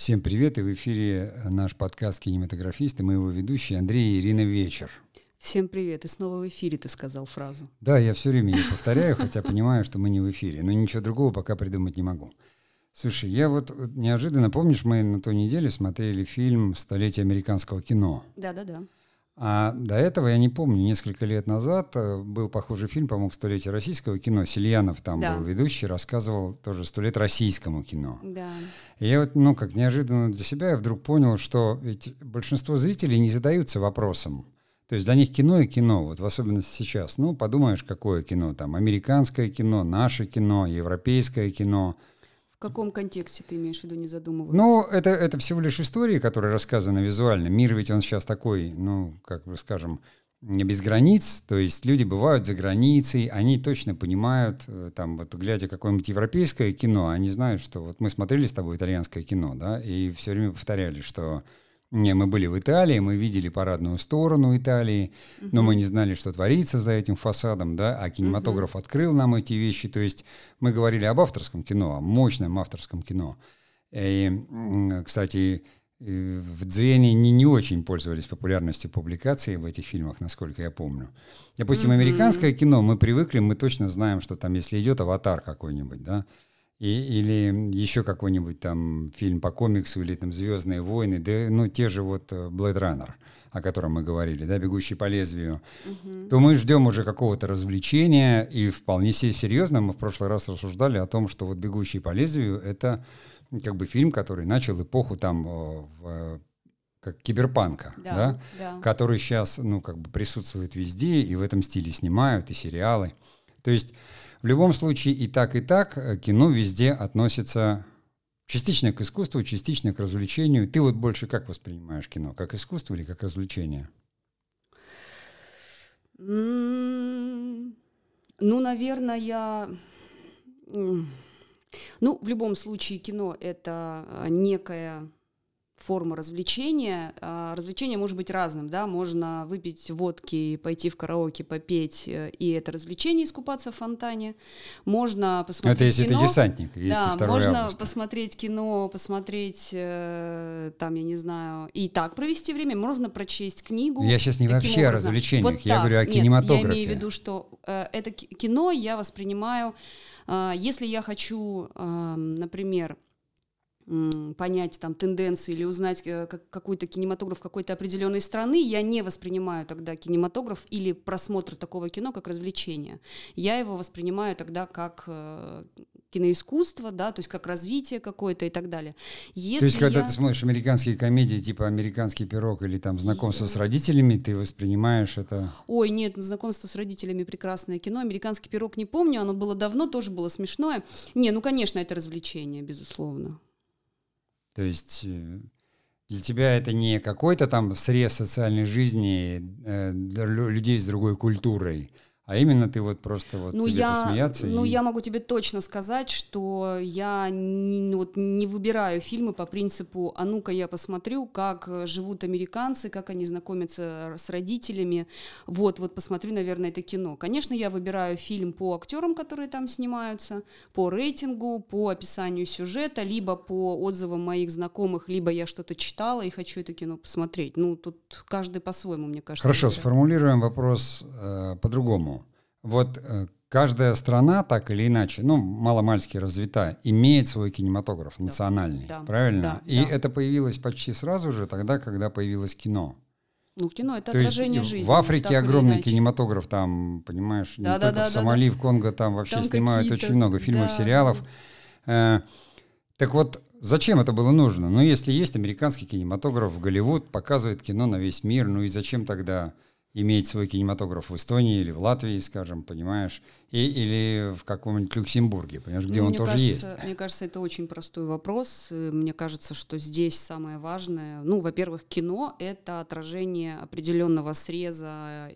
Всем привет, и в эфире наш подкаст «Кинематографисты», мы его ведущие Андрей и Ирина Вечер. Всем привет, и снова в эфире ты сказал фразу. Да, я все время ее повторяю, хотя понимаю, что мы не в эфире, но ничего другого пока придумать не могу. Слушай, я вот неожиданно, помнишь, мы на той неделе смотрели фильм «Столетие американского кино». Да-да-да. А до этого, я не помню, несколько лет назад был похожий фильм, по-моему, «Столетие российского кино». Сельянов там был ведущий, рассказывал тоже 100 лет российскому кино. Да. И я вот, как неожиданно для себя, я вдруг понял, что ведь большинство зрителей не задаются вопросом. То есть для них кино и кино, вот в особенности сейчас. Подумаешь, какое кино там, американское кино, наше кино, европейское кино. В каком контексте ты имеешь в виду, не задумываться? Это всего лишь истории, которые рассказаны визуально. Мир ведь он сейчас такой, скажем, без границ. То есть люди бывают за границей, они точно понимают, там, вот глядя какое-нибудь европейское кино, они знают, что вот мы смотрели с тобой итальянское кино, да, и все время повторяли, что мы были в Италии, мы видели парадную сторону Италии, но мы не знали, что творится за этим фасадом, да, а кинематограф открыл нам эти вещи. То есть мы говорили об авторском кино, о мощном авторском кино. И, кстати, в Дзене не очень пользовались популярностью публикации в этих фильмах, насколько я помню. Допустим, американское кино, мы привыкли, мы точно знаем, что там, если идет «Аватар» какой-нибудь, да, или еще какой-нибудь там фильм по комиксу, или там «Звездные войны», да, те же вот «Blade Runner», о котором мы говорили, да, «Бегущий по лезвию», то мы ждем уже какого-то развлечения, и вполне серьезно мы в прошлый раз рассуждали о том, что вот «Бегущий по лезвию» — это как бы фильм, который начал эпоху там как киберпанка, да, который сейчас присутствует везде, и в этом стиле снимают, и сериалы. То есть в любом случае и так кино везде относится частично к искусству, частично к развлечению. Ты вот больше как воспринимаешь кино? Как искусство или как развлечение? Наверное, в любом случае кино — это некая форма развлечения. Развлечение может быть разным, да, можно выпить водки, пойти в караоке, попеть, и это развлечение, искупаться в фонтане. Можно посмотреть это если кино. Ты десантник, если да, 2 можно августа. Посмотреть кино, посмотреть, там, я не знаю, и так провести время, можно прочесть книгу. Я сейчас не вообще образом. о развлечениях, вот я говорю о кинематографе. Я имею в виду, что это кино я воспринимаю, если я хочу, например, понять там тенденции или узнать какой-то кинематограф какой-то определенной страны, я не воспринимаю тогда кинематограф или просмотр такого кино как развлечение. Я его воспринимаю тогда как киноискусство, да, то есть как развитие какое-то и так далее. То есть, когда ты смотришь американские комедии, типа «Американский пирог» или там «Знакомство с родителями», ты воспринимаешь это... Ой, нет, «Знакомство с родителями» — прекрасное кино. «Американский пирог» не помню, оно было давно, тоже было смешное. Конечно, это развлечение, безусловно. То есть для тебя это не какой-то там срез социальной жизни для людей с другой культурой, а именно ты вот просто посмеяться. Я могу тебе точно сказать, что я не выбираю фильмы по принципу «а ну-ка я посмотрю, как живут американцы, как они знакомятся с родителями, вот посмотрю, наверное, это кино». Конечно, я выбираю фильм по актерам, которые там снимаются, по рейтингу, по описанию сюжета, либо по отзывам моих знакомых, либо я что-то читала и хочу это кино посмотреть. Тут каждый по-своему, мне кажется. Хорошо, сформулируем вопрос по-другому. Вот каждая страна, так или иначе, маломальски развита, имеет свой кинематограф национальный, правильно? И это появилось почти сразу же, тогда, когда появилось кино. Кино — это отражение жизни. В Африке огромный кинематограф, там, понимаешь, не только в Сомали, в Конго, там вообще снимают очень много фильмов, сериалов. Так вот, зачем это было нужно? Если есть американский кинематограф, Голливуд показывает кино на весь мир, и зачем тогда иметь свой кинематограф в Эстонии или в Латвии, скажем, понимаешь, или в каком-нибудь Люксембурге, понимаешь, где он тоже есть. Мне кажется, это очень простой вопрос. Мне кажется, что здесь самое важное, во-первых, кино — это отражение определенного среза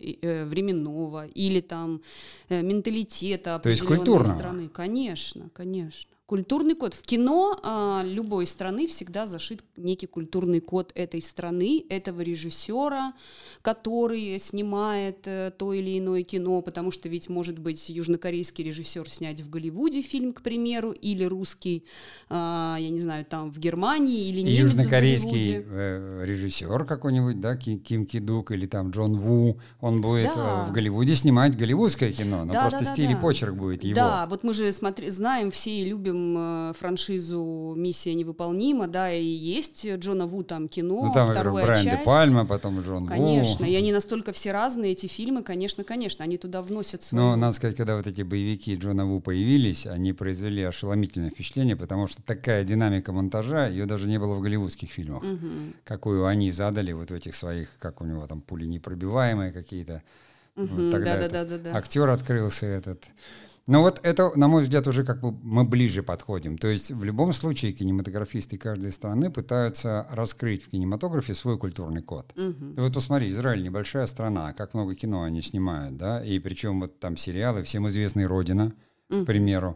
временного или там менталитета определенной страны. Конечно. Культурный код. В кино любой страны всегда зашит некий культурный код этой страны, этого режиссера, который снимает то или иное кино, потому что ведь может быть южнокорейский режиссер снять в Голливуде фильм, к примеру, или русский, я не знаю, там в Германии, или немец южнокорейский в Голливуде. Режиссер какой-нибудь, да, Ким Ки-дук или там Джон Ву, он будет Да. в Голливуде снимать голливудское кино, но просто стиль и почерк будет его. Да, вот мы же знаем все и любим франшизу «Миссия невыполнима», да, и есть Джона Ву там кино, Ну, там вторая Брайан часть. Де Пальма, потом Джон Ву. Конечно, и они настолько все разные, эти фильмы, конечно, они туда вносят свои... Но, надо сказать, когда вот эти боевики Джона Ву появились, они произвели ошеломительное впечатление, потому что такая динамика монтажа, ее даже не было в голливудских фильмах, какую они задали вот в этих своих, как у него там пули непробиваемые какие-то. Вот тогда актер открылся этот. Но вот это, на мой взгляд, уже как бы мы ближе подходим. То есть в любом случае кинематографисты каждой страны пытаются раскрыть в кинематографе свой культурный код. И вот посмотри, Израиль небольшая страна, как много кино они снимают, да, и причем вот там сериалы, всем известный «Родина», к примеру.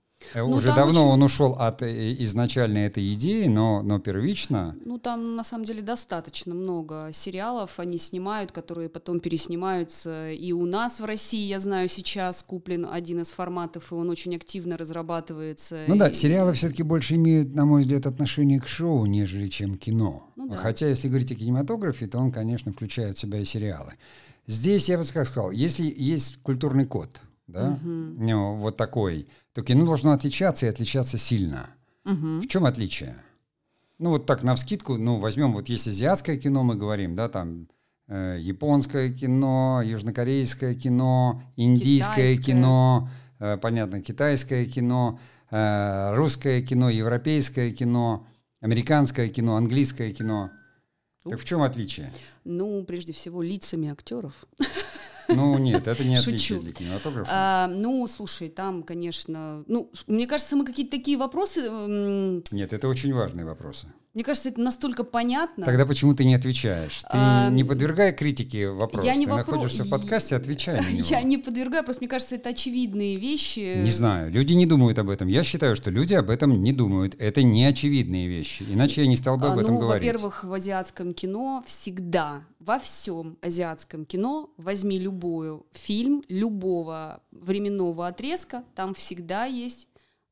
Уже давно он ушел от изначальной этой идеи, но первично... Ну, там, на самом деле, достаточно много сериалов они снимают, которые потом переснимаются. И у нас в России, я знаю, сейчас куплен один из форматов, и он очень активно разрабатывается. Ну да, сериалы все-таки больше имеют, на мой взгляд, отношение к шоу, нежели чем кино. Ну, да. Хотя, если говорить о кинематографе, то он, конечно, включает в себя и сериалы. Здесь, я бы как сказал, если есть культурный код, да, ну, вот такой, то кино должно отличаться и отличаться сильно. В чем отличие? Ну, вот так навскидку, ну, возьмем, вот есть азиатское кино, мы говорим, да, там японское кино, южнокорейское кино, индийское кино, понятно, китайское кино, русское кино, европейское кино, американское кино, английское кино. Так в чем отличие? Ну, прежде всего, лицами актеров. Ну, нет, это не отличие для кинематографа. Ну, слушай, там, конечно... Ну, мне кажется, мы какие-то такие вопросы... Нет, это очень важные вопросы. Мне кажется, это настолько понятно. Тогда почему ты не отвечаешь? Ты не подвергай критике вопрос. Ты находишься в подкасте, отвечай на него. Я не подвергаю, просто мне кажется, это очевидные вещи. Не знаю, люди не думают об этом. Я считаю, что люди об этом не думают. Это не очевидные вещи. Иначе я не стал бы об этом говорить. Во-первых, в азиатском кино всегда, во всем азиатском кино, возьми любой фильм, любого временного отрезка, там всегда есть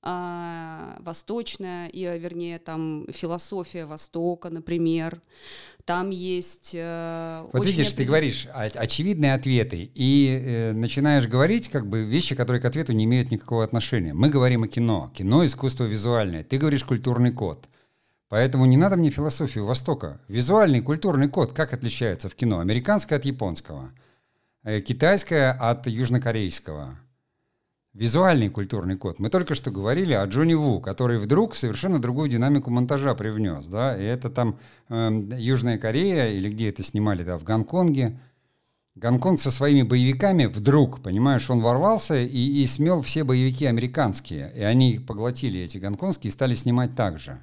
восточная, вернее, там философия Востока, например. Там есть... Вот видишь, ты говоришь очевидные ответы и начинаешь говорить как бы вещи, которые к ответу не имеют никакого отношения. Мы говорим о кино. Кино — искусство визуальное. Ты говоришь культурный код. Поэтому не надо мне философию Востока. Визуальный культурный код как отличается в кино? Американское от японского, китайское от южнокорейского. Визуальный культурный код. Мы только что говорили о Джонни Ву, который вдруг совершенно другую динамику монтажа привнес. Да? И это там Южная Корея, или где это снимали, да, в Гонконге. Гонконг со своими боевиками вдруг, понимаешь, он ворвался и смел все боевики американские. И они поглотили эти гонконгские и стали снимать так же.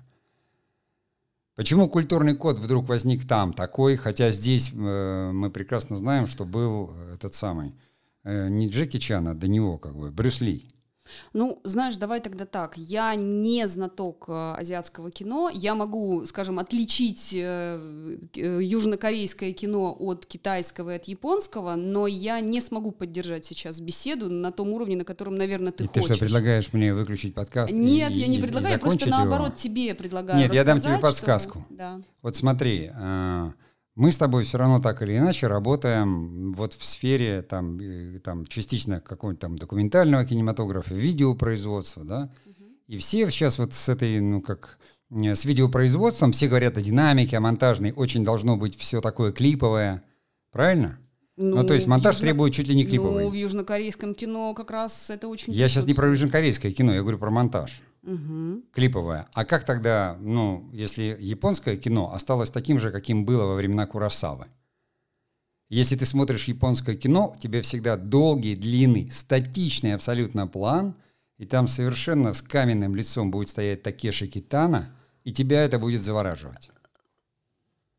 Почему культурный код вдруг возник там такой, хотя здесь мы прекрасно знаем, что был этот самый... Не Джеки Чан, а до него как бы, Брюс Ли. Ну, знаешь, давай тогда так. Я не знаток азиатского кино. Я могу, скажем, отличить южнокорейское кино от китайского и от японского, но я не смогу поддержать сейчас беседу на том уровне, на котором, наверное, ты хочешь. Ты что, предлагаешь мне выключить подкаст? Нет, я не предлагаю, я просто наоборот тебе предлагаю. Нет, я дам тебе подсказку. Да. Вот смотри, мы с тобой все равно так или иначе работаем вот в сфере там частично какого-нибудь там документального кинематографа, видеопроизводства, да, и все сейчас вот с этой, с видеопроизводством все говорят о динамике, о монтажной, очень должно быть все такое клиповое, правильно? Ну, то есть монтаж требует чуть ли не клиповый. Ну, в южнокорейском кино как раз это очень... Я сейчас не про южнокорейское кино, я говорю про монтаж. Клиповое. А как тогда, если японское кино осталось таким же, каким было во времена Куросавы? Если ты смотришь японское кино, у тебя всегда долгий, длинный, статичный абсолютно план, и там совершенно с каменным лицом будет стоять Такеши Китано, и тебя это будет завораживать.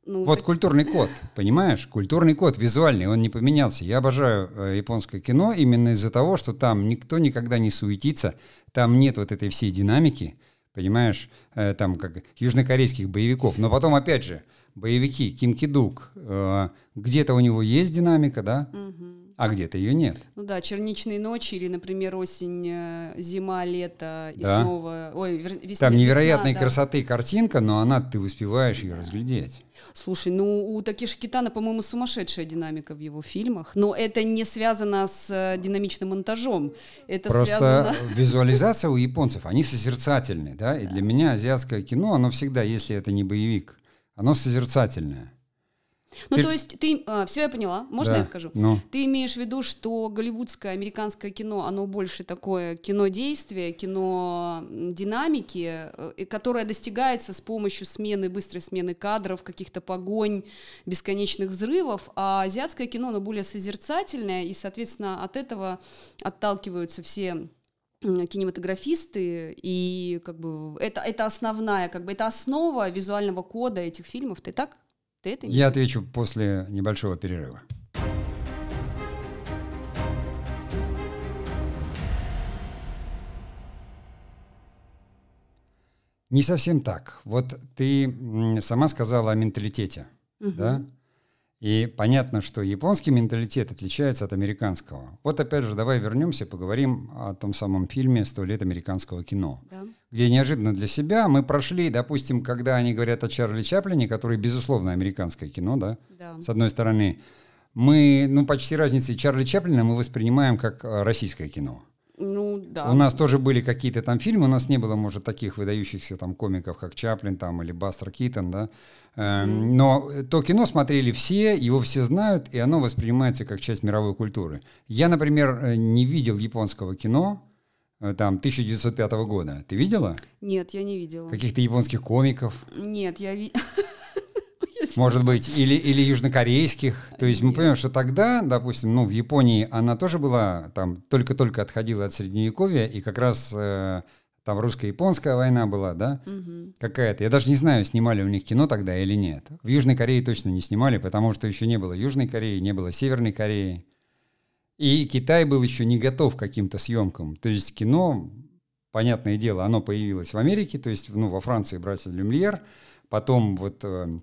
Ну, Вот культурный код, понимаешь? Культурный код визуальный, он не поменялся. Я обожаю японское кино именно из-за того, что там никто никогда не суетится, там нет вот этой всей динамики, понимаешь, там как южнокорейских боевиков. Но потом, опять же, боевики, Ким Ки-дук, где-то у него есть динамика, да? А где-то ее нет. Ну да, «Черничные ночи» или, например, «Осень», «Зима», «Лето» и Да. снова... Ой, весна, Там невероятной да. красоты картинка, но ты успеваешь ее разглядеть. Слушай, ну у Такеши Китано, по-моему, сумасшедшая динамика в его фильмах, но это не связано с динамичным монтажом. Это Просто связано... визуализация у японцев, они созерцательные, да, и для меня азиатское кино, оно всегда, если это не боевик, оно созерцательное. Ну, то есть все я поняла, можно Да, я скажу? ну. Ты имеешь в виду, что голливудское, американское кино, оно больше такое кино действия, кино динамики, которое достигается с помощью быстрой смены кадров, каких-то погонь, бесконечных взрывов, а азиатское кино, оно более созерцательное, и, соответственно, от этого отталкиваются все кинематографисты, и как бы это основная, как бы это основа визуального кода этих фильмов. Ты так? Я отвечу после небольшого перерыва. Не совсем так. Вот ты сама сказала о менталитете, да? И понятно, что японский менталитет отличается от американского. Вот опять же, давай вернемся, поговорим о том самом фильме «100 лет американского кино», да. Где неожиданно для себя мы прошли, допустим, когда они говорят о Чарли Чаплине, который, безусловно, американское кино, да? С одной стороны, мы, почти разницей Чарли Чаплина мы воспринимаем как российское кино. Ну, да. У нас тоже были какие-то там фильмы, у нас не было, может, таких выдающихся там комиков, как Чаплин там, или Бастер Китон, да, но то кино смотрели все, его все знают, и оно воспринимается как часть мировой культуры. Я, например, не видел японского кино там 1905 года. Ты видела? Нет, я не видела. Каких-то японских комиков? Нет, я видела. Может быть, или южнокорейских. То есть мы понимаем, что тогда, допустим, в Японии она тоже была, там, только-только отходила от Средневековья, и как раз там русско-японская война была, да, какая-то. Я даже не знаю, снимали у них кино тогда или нет. В Южной Корее точно не снимали, потому что еще не было Южной Кореи, не было Северной Кореи. И Китай был еще не готов к каким-то съемкам. То есть кино, понятное дело, оно появилось в Америке, то есть во Франции братья Люмьер, потом вот...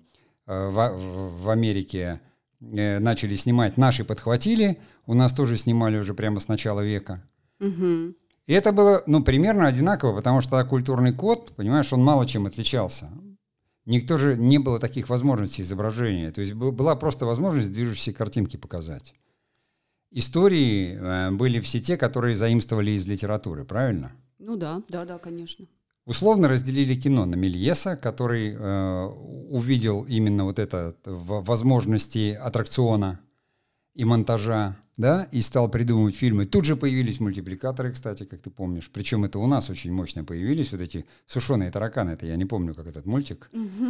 в Америке начали снимать, наши подхватили, у нас тоже снимали уже прямо с начала века. И это было, примерно одинаково, потому что культурный код, понимаешь, он мало чем отличался. Никто же не было таких возможностей изображения. То есть была просто возможность движущиеся картинки показать. Истории были все те, которые заимствовали из литературы, правильно? Ну да, конечно. Условно разделили кино на Мельеса, который увидел именно вот это возможности аттракциона и монтажа, да, и стал придумывать фильмы. Тут же появились мультипликаторы, кстати, как ты помнишь. Причем это у нас очень мощно появились, вот эти сушеные тараканы. Это я не помню, как этот мультик.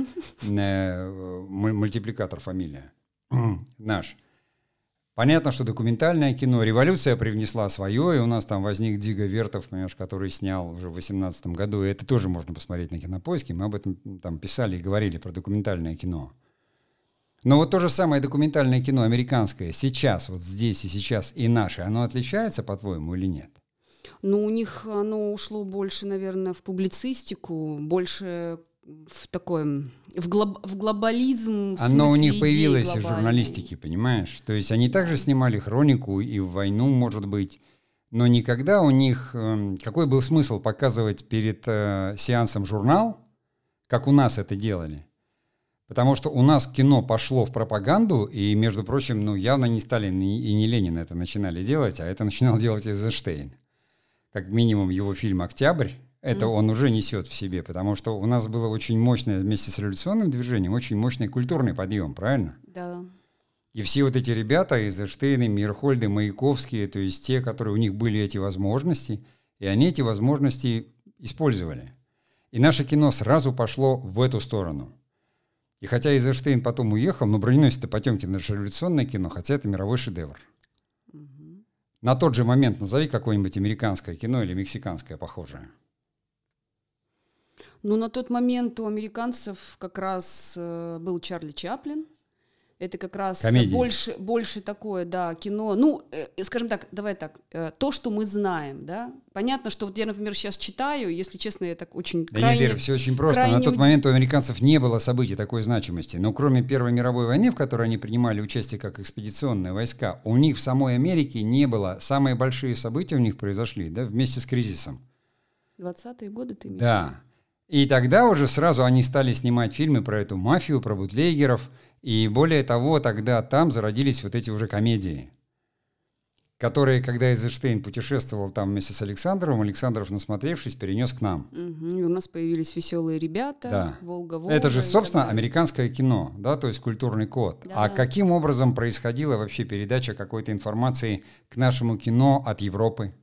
Мультипликатор фамилия. Наш. Понятно, что документальное кино. Революция привнесла свое, и у нас там возник Диго Вертов, понимаешь, который снял уже в 2018 году. И это тоже можно посмотреть на Кинопоиске. Мы об этом там писали и говорили про документальное кино. Но вот то же самое документальное кино американское сейчас, вот здесь и сейчас, и наше, оно отличается, по-твоему, или нет? Ну, у них оно ушло больше, наверное, в публицистику, больше в такой, в глобализм. Оно у них появилось из журналистики, понимаешь? То есть они также снимали хронику и в войну, может быть, но никогда у них... Какой был смысл показывать перед сеансом журнал, как у нас это делали? Потому что у нас кино пошло в пропаганду, и, между прочим, явно не Сталин и не Ленин это начинали делать, а это начинал делать Эйзенштейн. Как минимум его фильм «Октябрь», это он уже несет в себе, потому что у нас было очень мощное, вместе с революционным движением, очень мощный культурный подъем, правильно? Да. И все вот эти ребята, Эйзенштейны, Мейерхольды, Маяковские, то есть те, которые у них были эти возможности, и они эти возможности использовали. И наше кино сразу пошло в эту сторону. И хотя Эйзенштейн потом уехал, но «Броненосец Потемкин» — это же революционное кино, хотя это мировой шедевр. На тот же момент назови какое-нибудь американское кино или мексиканское похожее. Ну, на тот момент у американцев как раз был Чарли Чаплин. Это как раз больше такое, да, кино. Ну, скажем так, давай так, то, что мы знаем, да. Понятно, что вот я, например, сейчас читаю, если честно, я так очень да крайне... Нет, все очень просто. На тот момент у американцев не было событий такой значимости. Но кроме Первой мировой войны, в которой они принимали участие как экспедиционные войска, у них в самой Америке не было. Самые большие события у них произошли, да, вместе с кризисом. 20-е годы ты имеешь? Да. И тогда уже сразу они стали снимать фильмы про эту мафию, про бутлегеров. И более того, тогда там зародились вот эти уже комедии, которые, когда Эйзенштейн путешествовал там вместе с Александровым, Александров, насмотревшись, перенес к нам. Угу. И у нас появились «Веселые ребята», да. «Волга-Волга». Это же, собственно, американское кино, да, то есть культурный код. Да. А каким образом происходила вообще передача какой-то информации к нашему кино от Европы?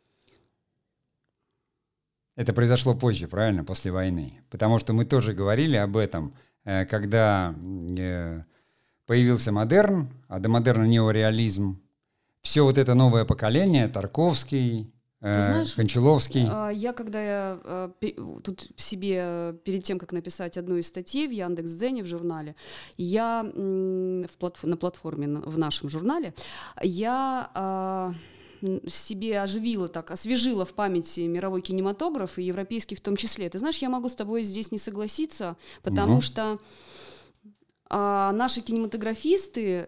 Это произошло позже, правильно, после войны. Потому что мы тоже говорили об этом, когда появился модерн, а до модерна неореализм. Все вот это новое поколение, Тарковский, знаешь, Кончаловский. Я когда тут в себе, перед тем, как написать одну из статей в Яндекс.Дзене в журнале, я на платформе, в нашем журнале, я... себе освежила в памяти мировой кинематограф и европейский в том числе. Ты знаешь, я могу с тобой здесь не согласиться, потому что наши кинематографисты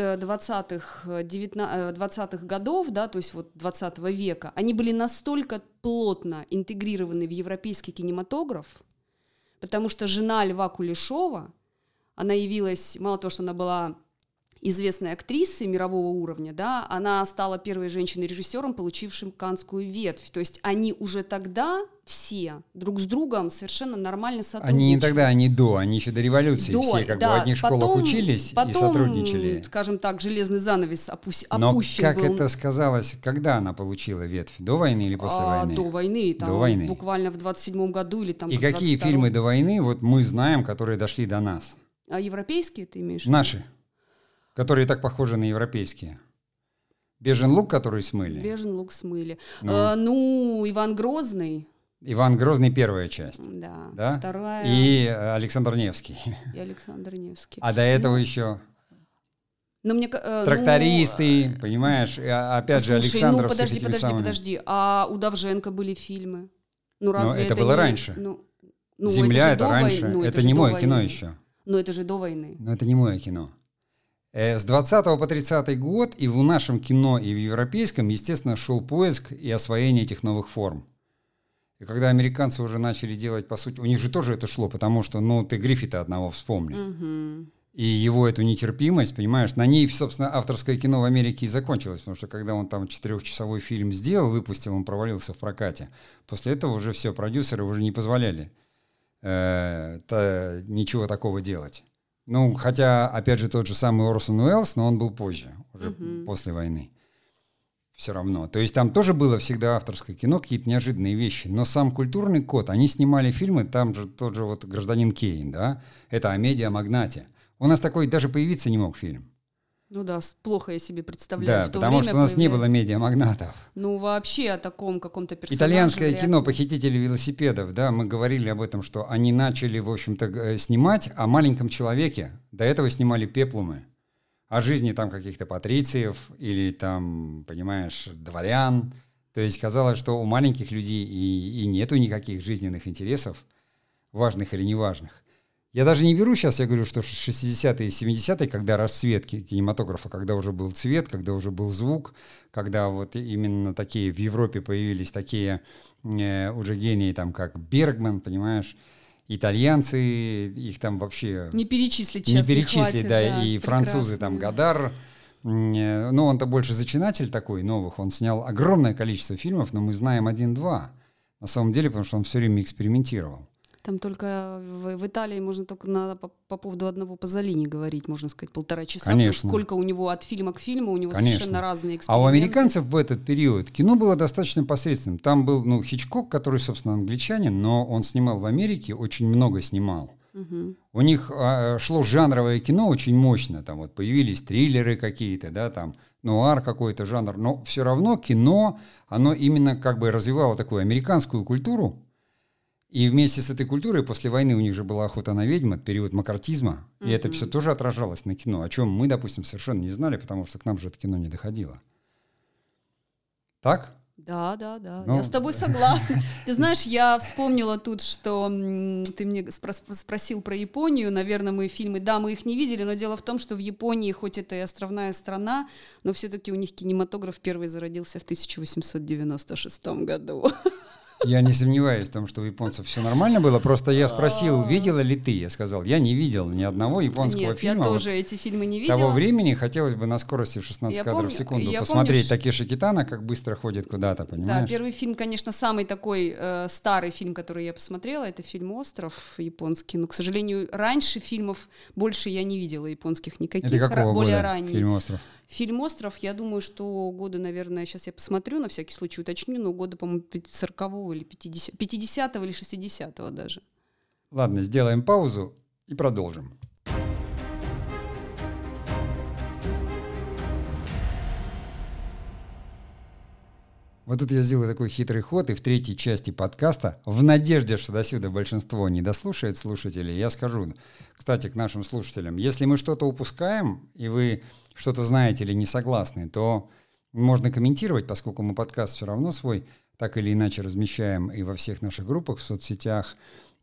20-х годов, да, то есть вот 20 века, они были настолько плотно интегрированы в европейский кинематограф, потому что жена Льва Кулешова, она явилась, мало того, что она была известной актрисой мирового уровня, да, она стала первой женщиной-режиссером, получившим Каннскую ветвь. То есть они уже тогда все друг с другом совершенно нормально сотрудничали. Они не тогда, они еще до революции все как бы в одних школах учились и сотрудничали. Скажем так, железный занавес опущен Но как был. Это сказалось, когда она получила ветвь? До войны или после войны? До войны, там, до войны. Буквально в 27-м году или там. И какие фильмы до войны вот мы знаем, которые дошли до нас? А европейские ты имеешь? Наши. Которые так похожи на европейские. «Бежен лук», который смыли. «Бежен лук» смыли. Ну, «Иван Грозный». «Иван Грозный» первая часть. Да. Вторая. И Александр Невский. И Александр Невский. А до этого еще... трактористы, понимаешь? Опять же, Александров с этими самыми... Подожди. А у Давженко были фильмы. Ну, разве это было раньше. «Земля» это раньше. Это не мое кино еще. Но это же до войны. Но это не мое кино. С 20 по 30 год и в нашем кино, и в европейском, естественно, шел поиск и освоение этих новых форм. И когда американцы уже начали делать, по сути, у них же тоже это шло, потому что, ты Гриффита одного вспомни. Угу. И его эту нетерпимость, понимаешь, на ней, собственно, авторское кино в Америке и закончилось, потому что когда он там 4-часовой фильм сделал, выпустил, он провалился в прокате. После этого уже все, продюсеры уже не позволяли ничего такого делать. Хотя, опять же, тот же самый Орсон Уэллс, но он был позже, уже после войны. Все равно. То есть там тоже было всегда авторское кино, какие-то неожиданные вещи. Но сам культурный код, они снимали фильмы, там же тот же вот «Гражданин Кейн», да? Это о медиамагнате. У нас такой даже появиться не мог фильм. Ну да, плохо я себе представляю. Да, потому что у нас не было медиамагнатов. Вообще о таком каком-то персонаже. Итальянское кино «Похитители велосипедов», да, мы говорили об этом, что они начали, в общем-то, снимать о маленьком человеке. До этого снимали пеплумы. О жизни там каких-то патрициев или там, понимаешь, дворян. То есть казалось, что у маленьких людей и нету никаких жизненных интересов, важных или неважных. Я даже не беру сейчас, я говорю, что 60-е и 70-е, когда расцвет кинематографа, когда уже был цвет, когда уже был звук, когда вот именно такие в Европе появились такие уже гении, там, как Бергман, понимаешь, итальянцы, их там вообще... Не перечислить сейчас не хватит, да, и французы, там, Годар. Он-то больше зачинатель такой, новых, он снял огромное количество фильмов, но мы знаем 1-2, на самом деле, потому что он все время экспериментировал. Там только в Италии можно только по поводу одного Пазолини говорить, можно сказать, 1,5 часа. Конечно. Сколько у него от фильма к фильму, у него совершенно разные эксперименты. А у американцев в этот период кино было достаточно посредственным. Там был Хичкок, который, собственно, англичанин, но он снимал в Америке, очень много снимал. Угу. У них шло жанровое кино очень мощно. Там вот появились триллеры какие-то, да, там нуар какой-то жанр. Но все равно кино, оно именно как бы развивало такую американскую культуру. И вместе с этой культурой после войны у них же была охота на ведьм, это период маккартизма, и это все тоже отражалось на кино, о чем мы, допустим, совершенно не знали, потому что к нам же это кино не доходило. Так? Да, я с тобой согласна. Ты знаешь, я вспомнила тут, что ты мне спросил про Японию. Наверное, мы их не видели, но дело в том, что в Японии, хоть это и островная страна, но все-таки у них кинематограф первый зародился в 1896 году. Я не сомневаюсь в том, что у японцев все нормально было. Просто я спросил, видела ли ты? Я сказал, я не видел ни одного японского фильма. Нет, я тоже эти фильмы не видела. Того времени хотелось бы на скорости в 16 кадров в секунду посмотреть Такеши Китано, как быстро ходит куда-то, понимаешь? Да, первый фильм, конечно, самый такой старый фильм, который я посмотрела, это фильм «Остров» японский. Но, к сожалению, раньше фильмов больше я не видела японских никаких. Это какого более года ранний. фильм «Остров»? Фильм «Остров», я думаю, что года, наверное, сейчас я посмотрю, на всякий случай уточню, но года, по-моему, 40-го или 50-го или 60-го даже. Ладно, сделаем паузу и продолжим. Вот тут я сделаю такой хитрый ход, и в третьей части подкаста, в надежде, что досюда большинство не дослушает слушателей, я скажу, кстати, к нашим слушателям, если мы что-то упускаем, и вы что-то знаете или не согласны, то можно комментировать, поскольку мы подкаст все равно свой так или иначе размещаем и во всех наших группах в соцсетях,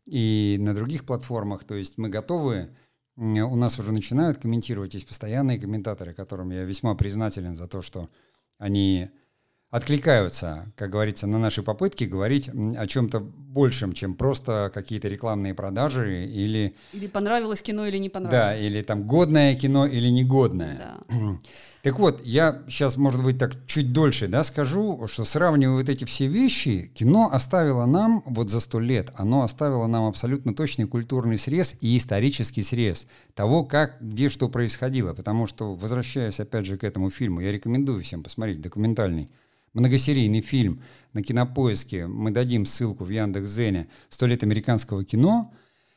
и на других платформах, то есть мы готовы, у нас уже начинают комментировать, есть постоянные комментаторы, которым я весьма признателен за то, что они откликаются, как говорится, на наши попытки говорить о чем-то большем, чем просто какие-то рекламные продажи или... Или понравилось кино, или не понравилось. Да, или там годное кино, или негодное. Да. Так вот, я сейчас, может быть, так чуть дольше, да, скажу, что сравнивая вот эти все вещи, кино оставило нам, вот за 100 лет, оно оставило нам абсолютно точный культурный срез и исторический срез того, как, где что происходило. Потому что, возвращаясь опять же к этому фильму, я рекомендую всем посмотреть документальный, многосерийный фильм на Кинопоиске, мы дадим ссылку в Яндекс.Дзене «100 лет американского кино».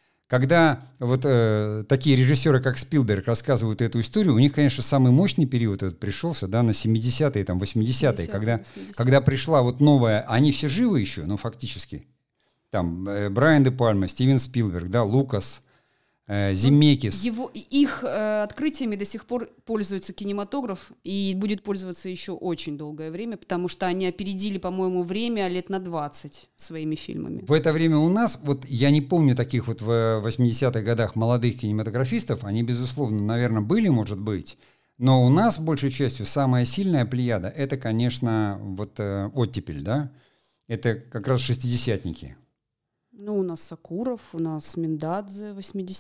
Когда вот такие режиссеры, как Спилберг, рассказывают эту историю, у них, конечно, самый мощный период этот пришелся, да, на 70-е, там, 80-е, когда пришла вот новая, они все живы еще, ну, фактически, там, Брайан де Пальма, Стивен Спилберг, да, Лукас, Земекис. Их открытиями до сих пор пользуется кинематограф и будет пользоваться еще очень долгое время, потому что они опередили, по-моему, время лет на 20 своими фильмами. В это время у нас, вот я не помню таких вот в 80-х годах молодых кинематографистов, они, безусловно, наверное, были, может быть, но у нас, большей частью, самая сильная плеяда, это, конечно, вот оттепель, да, это как раз шестидесятники. Ну, у нас Сакуров, у нас Миндадзе,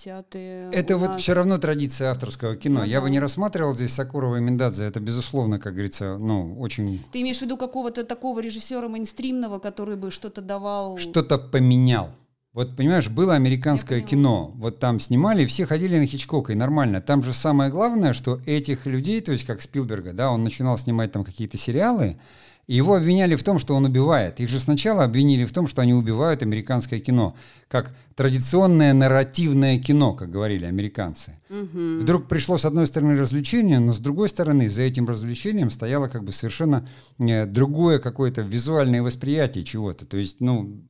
80-е. Это вот все равно традиция авторского кино. Я бы не рассматривал здесь Сакурова и Миндадзе. Это, безусловно, как говорится, ну, очень... Ты имеешь в виду какого-то такого режиссера мейнстримного, который бы что-то давал... Что-то поменял. Вот, понимаешь, было американское кино. Вот там снимали, все ходили на Хичкока, и нормально. Там же самое главное, что этих людей, то есть как Спилберга, да, он начинал снимать там какие-то сериалы, и его обвиняли в том, что он убивает. Их же сначала обвинили в том, что они убивают американское кино, как традиционное нарративное кино, как говорили американцы. Угу. Вдруг пришло, с одной стороны, развлечение, но с другой стороны, за этим развлечением стояло как бы совершенно другое какое-то визуальное восприятие чего-то. То есть, ну,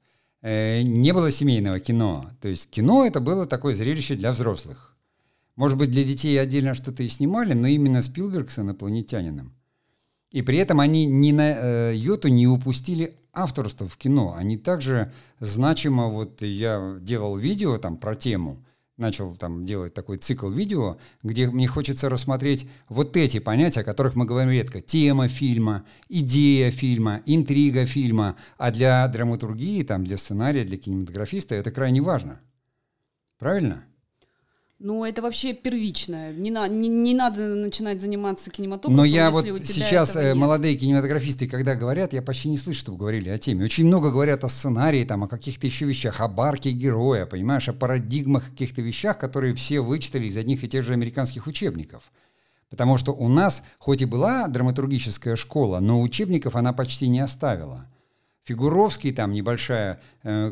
не было семейного кино. То есть кино — это было такое зрелище для взрослых. Может быть, для детей отдельно что-то и снимали, но именно Спилберг с «Инопланетянином». И при этом они ни на йоту не упустили авторство в кино. Они также значимо, вот я делал видео там про тему, начал там делать такой цикл видео, где мне хочется рассмотреть вот эти понятия, о которых мы говорим редко. Тема фильма, идея фильма, интрига фильма. А для драматургии, там, для сценария, для кинематографиста это крайне важно. Правильно? Ну, это вообще первичное. Не надо начинать заниматься кинематографом. Но я вот сейчас молодые кинематографисты, когда говорят, я почти не слышу, чтобы говорили о теме. Очень много говорят о сценарии, там, о каких-то еще вещах, о барке героя, понимаешь, о парадигмах, каких-то вещах, которые все вычитали из одних и тех же американских учебников. Потому что у нас, хоть и была драматургическая школа, но учебников она почти не оставила. Фигуровский, там небольшая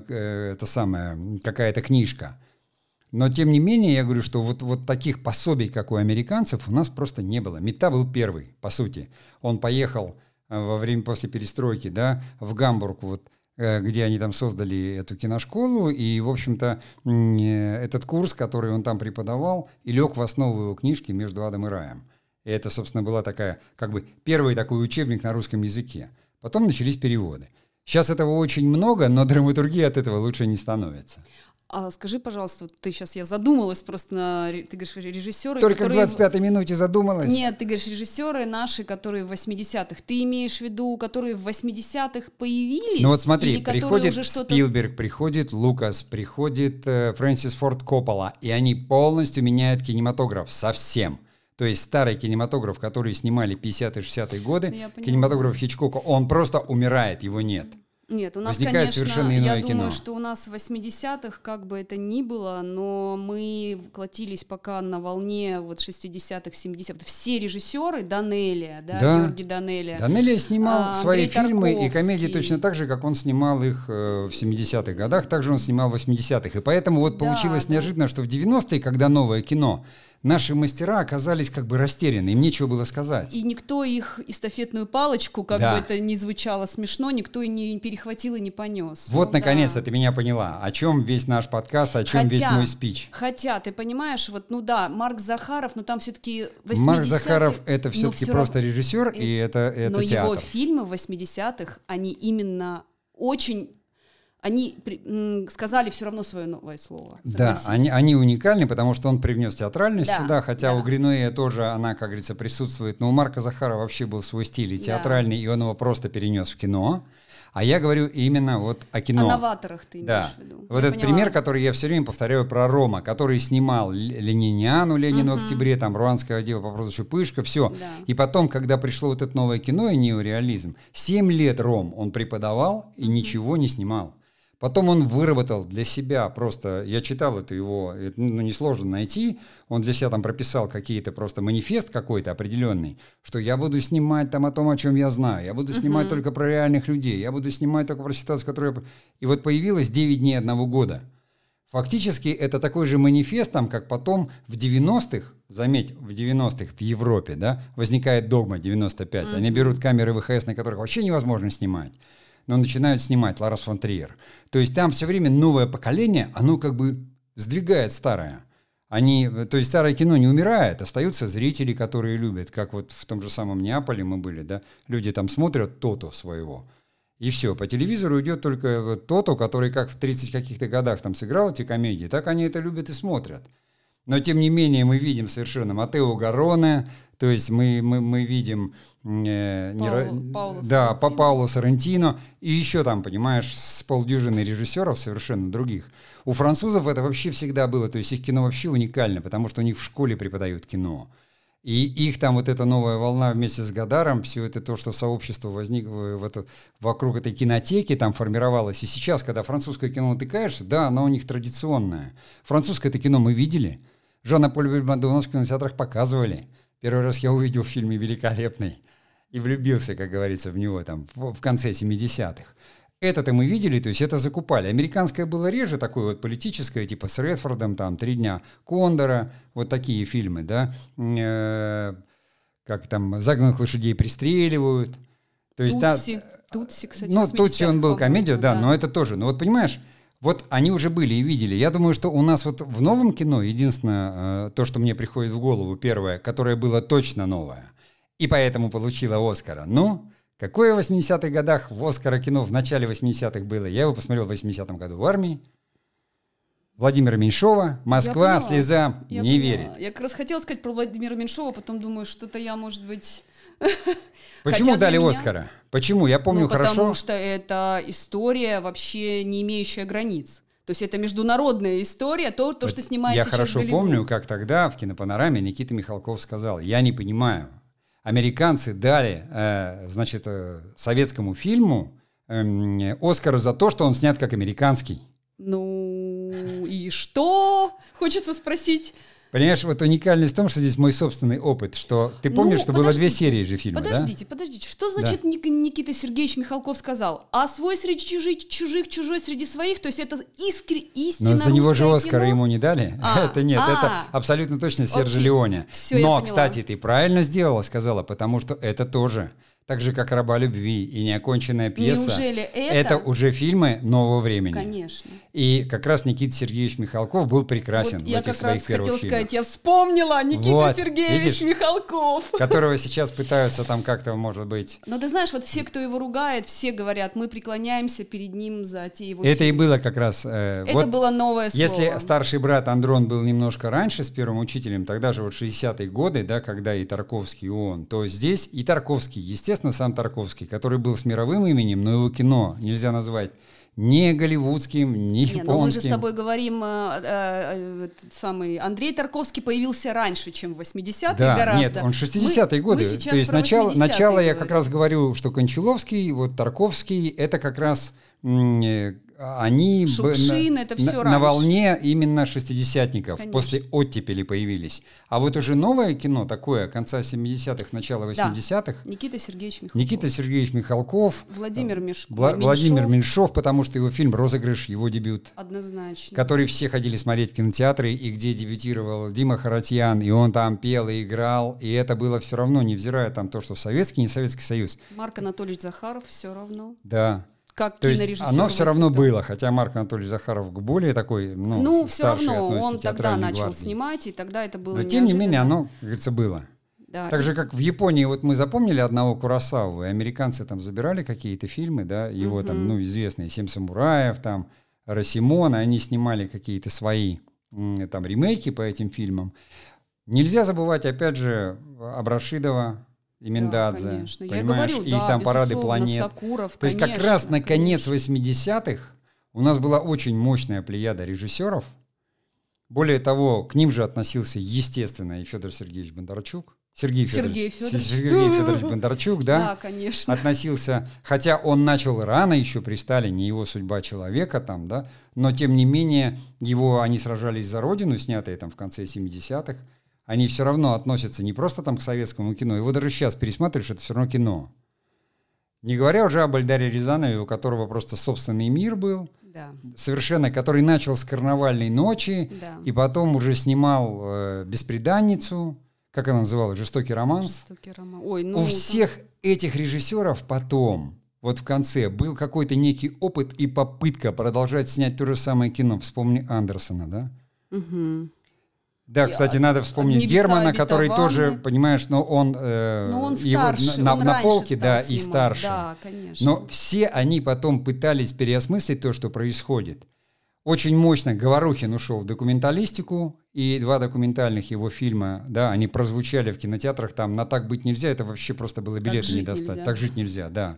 какая-то книжка. Но, тем не менее, я говорю, что вот таких пособий, как у американцев, у нас просто не было. Митта был первый, по сути. Он поехал после перестройки, да, в Гамбург, вот, где они там создали эту киношколу, и, в общем-то, этот курс, который он там преподавал, и лег в основу его книжки «Между адом и раем». И это, собственно, была такая, как бы, первый такой учебник на русском языке. Потом начались переводы. Сейчас этого очень много, но драматургия от этого лучше не становится. А скажи, пожалуйста, вот я задумалась просто ты говоришь, режиссеры, только которые... в 25-й минуте задумалась? Нет, ты говоришь, режиссеры наши, которые в 80-х. Ты имеешь в виду, которые в 80-х появились? Ну вот смотри, или приходит уже Спилберг, приходит Лукас, приходит Фрэнсис Форд Коппола, и они полностью меняют кинематограф совсем. То есть старый кинематограф, который снимали 50-е, 60-е годы, кинематограф Хичкока, он просто умирает, его нет. Нет, у нас, возникает конечно, совершенно иное я кино. думаю, что у нас в 80-х, как бы это ни было, но мы вкатились пока на волне вот 60-х, 70-х. Все режиссеры, Данелия, да, Георгий Данелия. Данелия снимал свои Андрей фильмы Тарковский. И комедии точно так же, как он снимал их в 70-х годах, также он снимал в 80-х. И поэтому вот получилось неожиданно, что в 90-е, когда новое кино, наши мастера оказались как бы растеряны, им нечего было сказать. И никто их эстафетную палочку, как бы это ни звучало смешно, никто и не перехватил и не понес. Вот наконец-то ты меня поняла, о чем весь наш подкаст, о чем весь мой спич. Хотя, ты понимаешь, вот, Марк Захаров, но там все-таки 80-е... Марк Захаров — это все-таки просто режиссер, и это но театр. Но его фильмы в 80-х, они именно очень... Они сказали все равно свое новое слово. Да, они уникальны, потому что он привнес театральность сюда, хотя у Гринуэя тоже она, как говорится, присутствует. Но у Марка Захарова вообще был свой стиль и театральный, и он его просто перенес в кино. А я говорю именно вот о кино. О новаторах ты имеешь в виду. Вот этот пример, который я все время повторяю про Рома, который снимал «Лениниану», «Ленину в октябре», там «Руанская дева» по прозвищу Пышка, все. Да. И потом, когда пришло вот это новое кино и неореализм, 7 лет Ром он преподавал и ничего не снимал. Потом он выработал для себя просто, я читал это его, несложно найти, он для себя там прописал какие-то просто манифест какой-то определенный, что я буду снимать там о том, о чем я знаю, я буду снимать только про реальных людей, я буду снимать только про ситуацию, которую я... И вот появилось 9 дней одного года. Фактически это такой же манифест, там, как потом в 90-х, заметь, в 90-х в Европе, да, возникает «Догма» 95, они берут камеры ВХС, на которых вообще невозможно снимать, но начинают снимать Ларс фон Триер. То есть там все время новое поколение, оно как бы сдвигает старое. То есть старое кино не умирает, остаются зрители, которые любят, как вот в том же самом Неаполе мы были, да, люди там смотрят Тото своего, и все, по телевизору идет только вот Тото, который как в 30 каких-то годах там сыграл эти комедии, так они это любят и смотрят. Но тем не менее мы видим совершенно Маттео Гарроне, то есть мы видим Пауло Соррентино, и еще там, понимаешь, с полдюжины режиссеров совершенно других. У французов это вообще всегда было, то есть их кино вообще уникально, потому что у них в школе преподают кино. И их там вот эта новая волна вместе с Гадаром, все это то, что сообщество возникло вокруг этой кинотеки, там формировалось. И сейчас, когда французское кино натыкаешься, да, оно у них традиционное. Французское это кино мы видели. Жана-Поль Бельмондо у нас в кинотеатрах показывали. Первый раз я увидел в фильме «Великолепный» и влюбился, как говорится, в него там в конце 70-х. Это-то мы видели, то есть это закупали. Американское было реже, такое вот политическое, типа с Редфордом, там «Три дня Кондора», вот такие фильмы, да, как там «Загнанных лошадей пристреливают». То есть, Тутси, кстати, ну, Тутси он был комедия, да, но это тоже, но вот понимаешь, вот они уже были и видели. Я думаю, что у нас вот в новом кино единственное, то, что мне приходит в голову, первое, которое было точно новое, и поэтому получило Оскара. Ну, какое в 80-х годах в Оскара кино в начале 80-х было? Я его посмотрел в 80-м году в армии. Владимира Меньшова, «Москва, слеза не верит». Я как раз хотела сказать про Владимира Меньшова, потом думаю, что-то я, может быть... Почему дали Оскара? Почему? Я помню хорошо. Потому что это история вообще не имеющая границ. То есть это международная история, то что снимает я сейчас хорошо Голливуд. Помню, как тогда в «Кинопанораме» Никита Михалков сказал: я не понимаю, американцы дали, значит, советскому фильму Оскар за то, что он снят как американский. Ну и что? Хочется спросить. Понимаешь, вот уникальность в том, что здесь мой собственный опыт, что ты помнишь, что было 2 серии же фильма, подождите, что значит Никита Сергеевич Михалков сказал? А свой среди чужих, чужой среди своих? То есть это истинно. Но за него же Оскара кино? Ему не дали. Это нет, это абсолютно точно Сержо Леоне. Все, но, кстати, ты правильно сказала, потому что это тоже. так же, как «Раба любви» и «Неоконченная пьеса». Неужели это уже фильмы нового времени. Конечно. И как раз Никита Сергеевич Михалков был прекрасен вот в этих своих первых фильмах. Я как раз хотел сказать, я вспомнила Никита Сергеевич Михалков. Которого сейчас пытаются там как-то, может быть... Но ты знаешь, вот все, кто его ругает, все говорят, мы преклоняемся перед ним за те его Это фильмы. и было как раз... это было новое слово. Если старший брат Андрон был немножко раньше с первым учителем, тогда же вот 60-е годы, да, когда и Тарковский, и он, то здесь и Тарковский, естественно, сам Тарковский, который был с мировым именем, но его кино нельзя назвать не голливудским, не японским. Но мы же с тобой говорим, самый Андрей Тарковский появился раньше, чем в 80-е гораздо. Нет, он 60-е годы. То есть начало я как раз говорю, что Кончаловский, вот Тарковский, это как раз... они Шукшин, это все на волне именно шестидесятников, после оттепели появились. А вот уже новое кино такое, конца 70-х, начала 80-х. Да. Никита Сергеевич Михалков. Никита Сергеевич Михалков. Владимир Владимир Меньшов, потому что его фильм «Розыгрыш», его дебют. Однозначно. Который все ходили смотреть в кинотеатры, и где дебютировал Дима Харатьян, и он там пел и играл, и это было все равно, невзирая там то, что Советский, не Советский Союз. Марк Анатольевич Захаров, все равно. Да. Как то есть оно все равно было, хотя Марк Анатольевич Захаров более такой, все равно он тогда начал снимать, и тогда это было неожиданно. Но тем не менее оно, как говорится, было. Да. Так же, как в Японии, вот мы запомнили одного Куросаву, и американцы там забирали какие-то фильмы, да, его там, известные «Семь самураев», там, «Росимон», они снимали какие-то свои там ремейки по этим фильмам. Нельзя забывать, опять же, Абрашидова, и Миндадзе, да, понимаешь, я говорю, и там «Парады планет». Сакуров, то есть как раз на конец 80-х у нас была очень мощная плеяда режиссеров. Более того, к ним же относился, естественно, и Федор Сергеевич Бондарчук. Сергей Федорович Бондарчук, да? Да, конечно. Относился, хотя он начал рано еще при Сталине, его «Судьба человека» там, да, но тем не менее они сражались за родину, снятые там в конце 70-х. Они все равно относятся не просто там к советскому кино, его даже сейчас пересматриваешь, это все равно кино. Не говоря уже об Эльдаре Рязанове, у которого просто собственный мир был, совершенно, который начал с «Карнавальной ночи», и потом уже снимал «Бесприданницу», как она называлась, «Жестокий романс». Ой, у всех этих режиссеров потом, вот в конце, был какой-то некий опыт и попытка продолжать снять то же самое кино. Вспомни Андерсона, да? Угу. Да, кстати, надо вспомнить Германа, который тоже, понимаешь, но он старше, его он на полке, да, снимать. И старше. Да, конечно. Но все они потом пытались переосмыслить то, что происходит. Очень мощно Говорухин ушел в документалистику, и 2 документальных его фильма, да, они прозвучали в кинотеатрах, там «На так быть нельзя», это вообще просто было билеты не достать. «Так жить нельзя», да.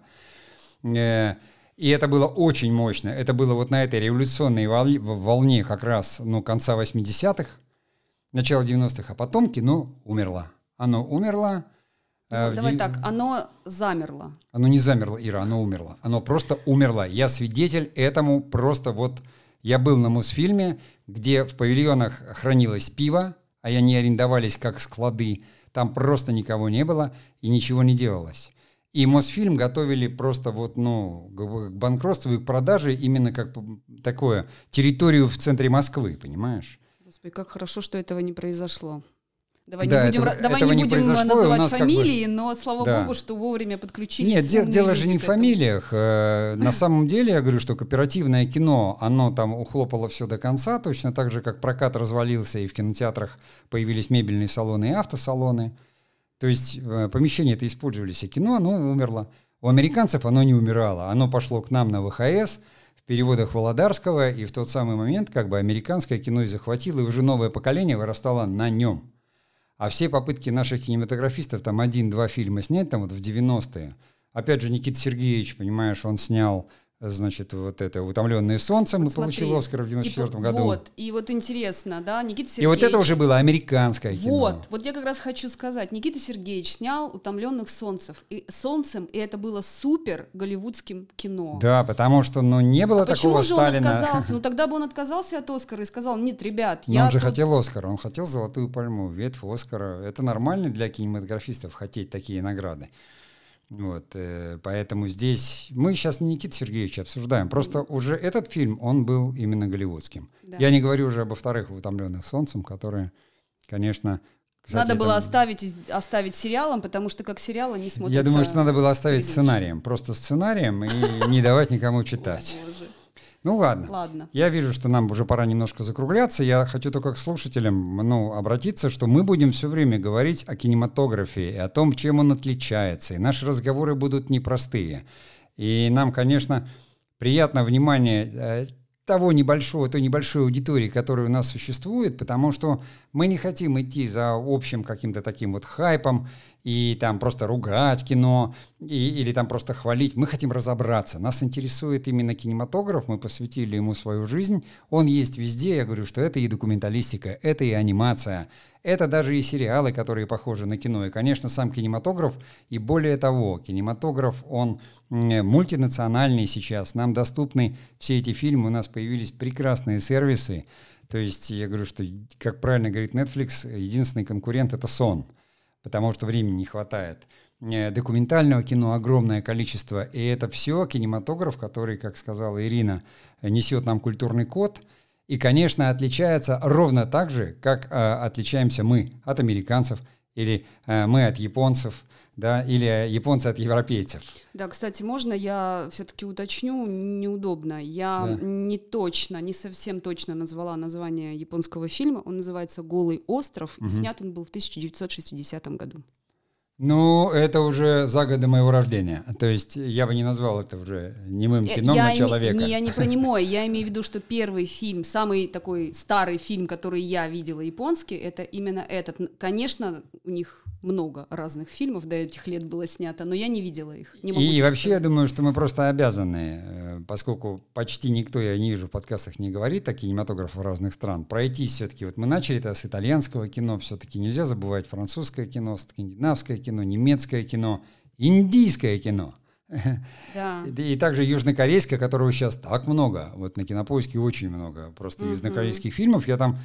И это было очень мощно. Это было вот на этой революционной волне как раз, конца 80-х, начало 90-х, а потом кино умерло. Оно умерло. Давай так, оно замерло. Оно не замерло, Ира, оно умерло. Оно просто умерло. Я свидетель этому просто вот... Я был на Мосфильме, где в павильонах хранилось пиво, а они арендовались как склады. Там просто никого не было и ничего не делалось. И Мосфильм готовили просто вот, к банкротству и к продаже именно как такое территорию в центре Москвы, понимаешь? Господи, как хорошо, что этого не произошло. Давай да, не будем называть фамилии, но слава богу, что вовремя подключились. Нет, дело же не в фамилиях. На самом деле, я говорю, что кооперативное кино, оно там ухлопало все до конца, точно так же, как прокат развалился, и в кинотеатрах появились мебельные салоны и автосалоны. То есть помещения-то использовались, а кино, оно умерло. У американцев оно не умирало. Оно пошло к нам на ВХС, в переводах Володарского, и в тот самый момент как бы американское кино и захватило, и уже новое поколение вырастало на нем. А все попытки наших кинематографистов там 1-2 фильма снять, там вот в 90-е, опять же, Никита Сергеевич, понимаешь, он снял, значит, вот это «Утомленные солнцем», вот и получил «Оскар» в 94 году. И вот интересно, да, Никита Сергеевич... И вот это уже было американское кино. Вот я как раз хочу сказать, Никита Сергеевич снял «Утомленных солнцем», и это было супер голливудским кино. Да, потому что, не было такого Сталина. Почему же он отказался? Тогда бы он отказался от «Оскара» и сказал: нет, ребят, Но он же хотел «Оскар», он хотел «Золотую пальму», ветвь «Оскара». Это нормально для кинематографистов хотеть такие награды. Вот, поэтому здесь мы сейчас не Никиту Сергеевича обсуждаем, просто уже этот фильм, он был именно голливудским. Да. Я не говорю уже об вторых «Утомленных солнцем», которые, конечно, Кстати, надо было оставить сериалом, потому что как сериал они смотрятся... Я думаю, что надо было оставить прилично. сценарием, просто сценарием, и не давать никому читать. О, Боже. Ну ладно. Ладно. Я вижу, что нам уже пора немножко закругляться. Я хочу только к слушателям обратиться, что мы будем все время говорить о кинематографе и о том, чем он отличается. И наши разговоры будут непростые. И нам, конечно, приятно внимание той небольшой аудитории, которая у нас существует, потому что мы не хотим идти за общим каким-то таким вот хайпом и там просто ругать кино или там просто хвалить. Мы хотим разобраться. Нас интересует именно кинематограф, мы посвятили ему свою жизнь. Он есть везде. Я говорю, что это и документалистика, это и анимация, это даже и сериалы, которые похожи на кино. И, конечно, сам кинематограф. И более того, кинематограф, он мультинациональный сейчас. Нам доступны все эти фильмы. У нас появились прекрасные сервисы. То есть я говорю, что, как правильно говорит Netflix, единственный конкурент — это сон, потому что времени не хватает. Документального кино огромное количество. И это все кинематограф, который, как сказала Ирина, несет нам культурный код. И, конечно, отличается ровно так же, как отличаемся мы от американцев, или мы от японцев, да, или японцы от европейцев. Да, кстати, можно я все-таки уточню? Неудобно. Я не совсем точно назвала название японского фильма. Он называется «Голый остров», и снят он был в 1960 году. Ну, это уже за годы моего рождения. То есть я бы не назвал это уже немым кином начала века. Я не про немое, я имею в виду, что первый фильм, самый такой старый фильм, который я видела японский, это именно этот. Конечно, у них много разных фильмов до этих лет было снято, но я не видела их. И вообще, я думаю, что мы просто обязаны, поскольку почти никто, я не вижу, в подкастах не говорит о кинематографах разных стран, пройтись все-таки. Вот мы начали это с итальянского кино, все-таки нельзя забывать французское кино, скандинавское кино, немецкое кино, индийское кино. Да. И также южнокорейское, которого сейчас так много. Вот на Кинопоиске очень много просто южнокорейских фильмов. Я там,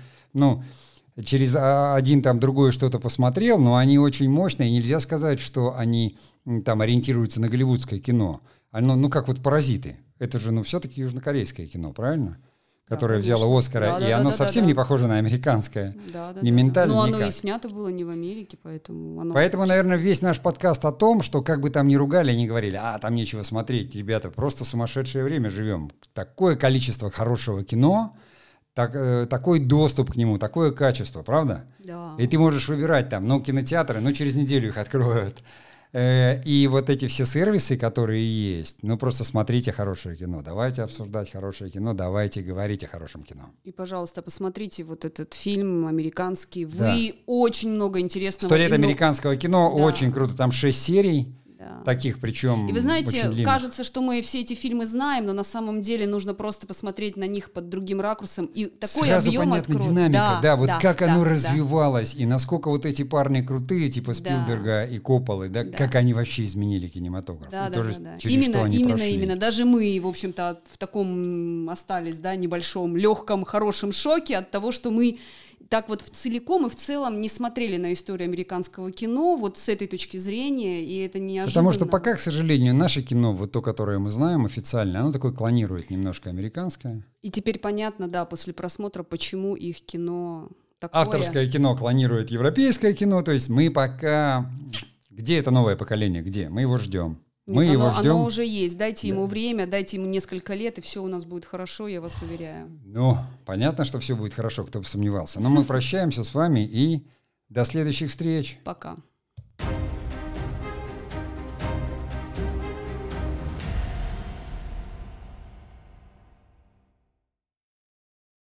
через один там другое что-то посмотрел, но они очень мощные, и нельзя сказать, что они там ориентируются на голливудское кино. Оно, как вот «Паразиты». Это же, все-таки южнокорейское кино, правильно? Которое взяло Оскара, и оно совсем не похоже на американское. Не ментально, но никак. оно и снято было не в Америке, поэтому... Поэтому, наверное, весь наш подкаст о том, что как бы там ни ругали, они говорили, там нечего смотреть, ребята, просто сумасшедшее время живем. Такое количество хорошего кино, такой доступ к нему, такое качество, правда? Да. И ты можешь выбирать там, кинотеатры, через неделю их откроют. И вот эти все сервисы, которые есть, просто смотрите хорошее кино, давайте обсуждать хорошее кино, давайте говорить о хорошем кино. И, пожалуйста, посмотрите вот этот фильм американский. Вы очень много интересного... «100 лет американского кино», очень круто, там 6 серий. Таких, причем. И вы знаете, очень длинных. кажется, что мы все эти фильмы знаем, но на самом деле нужно просто посмотреть на них под другим ракурсом, и такой сразу объем понятна откроет. динамика, как оно развивалось, и насколько вот эти парни крутые, типа Спилберга и Копполы, как они вообще изменили кинематограф. Да. Именно. Даже мы, в общем-то, в таком остались, небольшом, легком, хорошем шоке от того, что мы так вот целиком и в целом не смотрели на историю американского кино вот с этой точки зрения, и это неожиданно. Потому что пока, к сожалению, наше кино, вот то, которое мы знаем официально, оно такое клонирует немножко американское. И теперь понятно, после просмотра, почему их кино такое. Авторское кино клонирует европейское кино, то есть мы пока... Где это новое поколение? Где? Мы его ждем. Оно уже есть. Дайте ему время, дайте ему несколько лет, и все у нас будет хорошо, я вас уверяю. Понятно, что все будет хорошо, кто бы сомневался. Но мы прощаемся с вами и до следующих встреч. Пока.